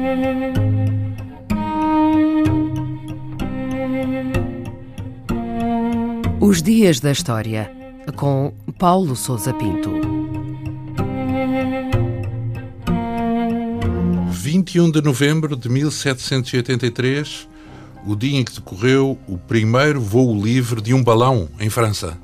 Os Dias da História, com Paulo Sousa Pinto. 21 de novembro de 1783, o dia em que decorreu o primeiro voo livre de um balão em França.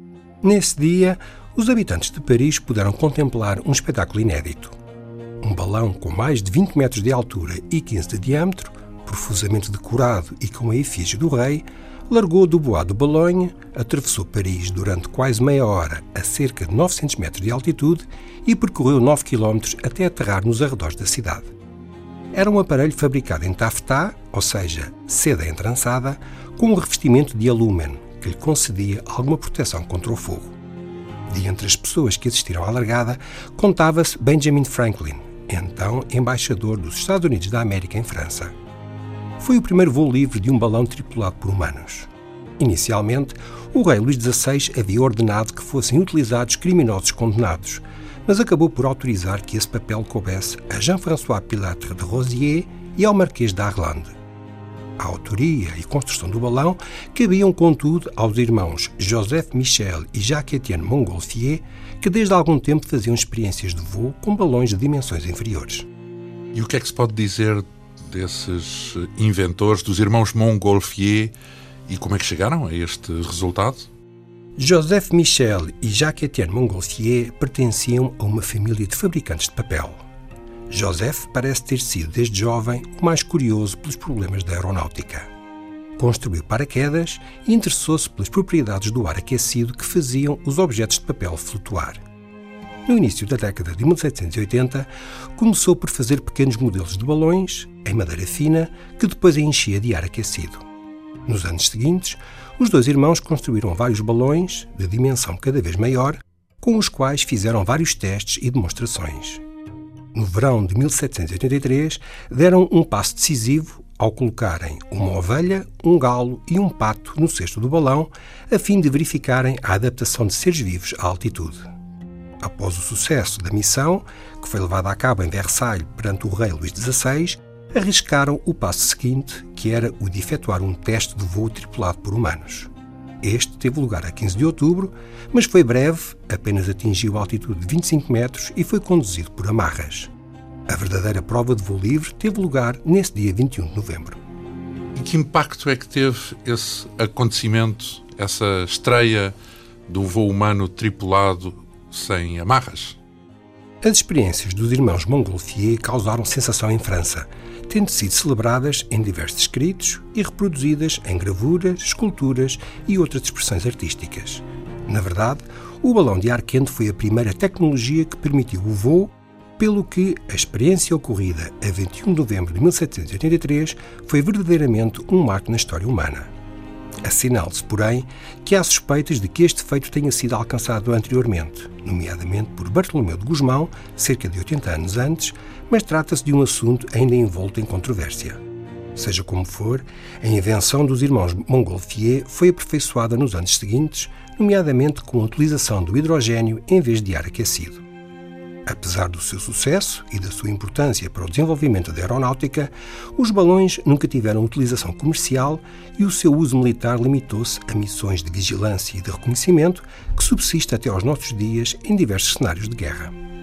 Nesse dia, os habitantes de Paris puderam contemplar um espetáculo inédito. Um balão com mais de 20 metros de altura e 15 de diâmetro, profusamente decorado e com a efígie do rei, largou do Bois de Boulogne, atravessou Paris durante quase meia hora a cerca de 900 metros de altitude e percorreu 9 km até aterrar nos arredores da cidade. Era um aparelho fabricado em taffetas, ou seja, seda entrançada, com um revestimento de alúmen que lhe concedia alguma proteção contra o fogo. De entre as pessoas que assistiram à largada, contava-se Benjamin Franklin, então embaixador dos Estados Unidos da América em França. Foi o primeiro voo livre de um balão tripulado por humanos. Inicialmente, o rei Luís XVI havia ordenado que fossem utilizados criminosos condenados, mas acabou por autorizar que esse papel coubesse a Jean-François Pilatre de Rosiers e ao Marquês d'Arlande. A autoria e construção do balão cabiam, contudo, aos irmãos Joseph Michel e Jacques-Étienne Montgolfier, que desde algum tempo faziam experiências de voo com balões de dimensões inferiores. E o que é que se pode dizer desses inventores, dos irmãos Montgolfier, e como é que chegaram a este resultado? Joseph Michel e Jacques-Étienne Montgolfier pertenciam a uma família de fabricantes de papel. Joseph parece ter sido, desde jovem, o mais curioso pelos problemas da aeronáutica. Construiu paraquedas e interessou-se pelas propriedades do ar aquecido que faziam os objetos de papel flutuar. No início da década de 1780, começou por fazer pequenos modelos de balões, em madeira fina, que depois enchia de ar aquecido. Nos anos seguintes, os dois irmãos construíram vários balões, de dimensão cada vez maior, com os quais fizeram vários testes e demonstrações. No verão de 1783, deram um passo decisivo ao colocarem uma ovelha, um galo e um pato no cesto do balão, a fim de verificarem a adaptação de seres vivos à altitude. Após o sucesso da missão, que foi levada a cabo em Versailles perante o rei Luís XVI, arriscaram o passo seguinte, que era o de efetuar um teste de voo tripulado por humanos. Este teve lugar a 15 de outubro, mas foi breve, apenas atingiu a altitude de 25 metros e foi conduzido por amarras. A verdadeira prova de voo livre teve lugar nesse dia 21 de novembro. E que impacto é que teve esse acontecimento, essa estreia do voo humano tripulado sem amarras? As experiências dos irmãos Montgolfier causaram sensação em França, tendo sido celebradas em diversos escritos e reproduzidas em gravuras, esculturas e outras expressões artísticas. Na verdade, o balão de ar quente foi a primeira tecnologia que permitiu o voo, pelo que a experiência ocorrida a 21 de novembro de 1783 foi verdadeiramente um marco na história humana. Assinala-se, porém, que há suspeitas de que este feito tenha sido alcançado anteriormente, nomeadamente por Bartolomeu de Gusmão, cerca de 80 anos antes, mas trata-se de um assunto ainda envolto em controvérsia. Seja como for, a invenção dos irmãos Montgolfier foi aperfeiçoada nos anos seguintes, nomeadamente com a utilização do hidrogênio em vez de ar aquecido. Apesar do seu sucesso e da sua importância para o desenvolvimento da aeronáutica, os balões nunca tiveram utilização comercial e o seu uso militar limitou-se a missões de vigilância e de reconhecimento que subsiste até aos nossos dias em diversos cenários de guerra.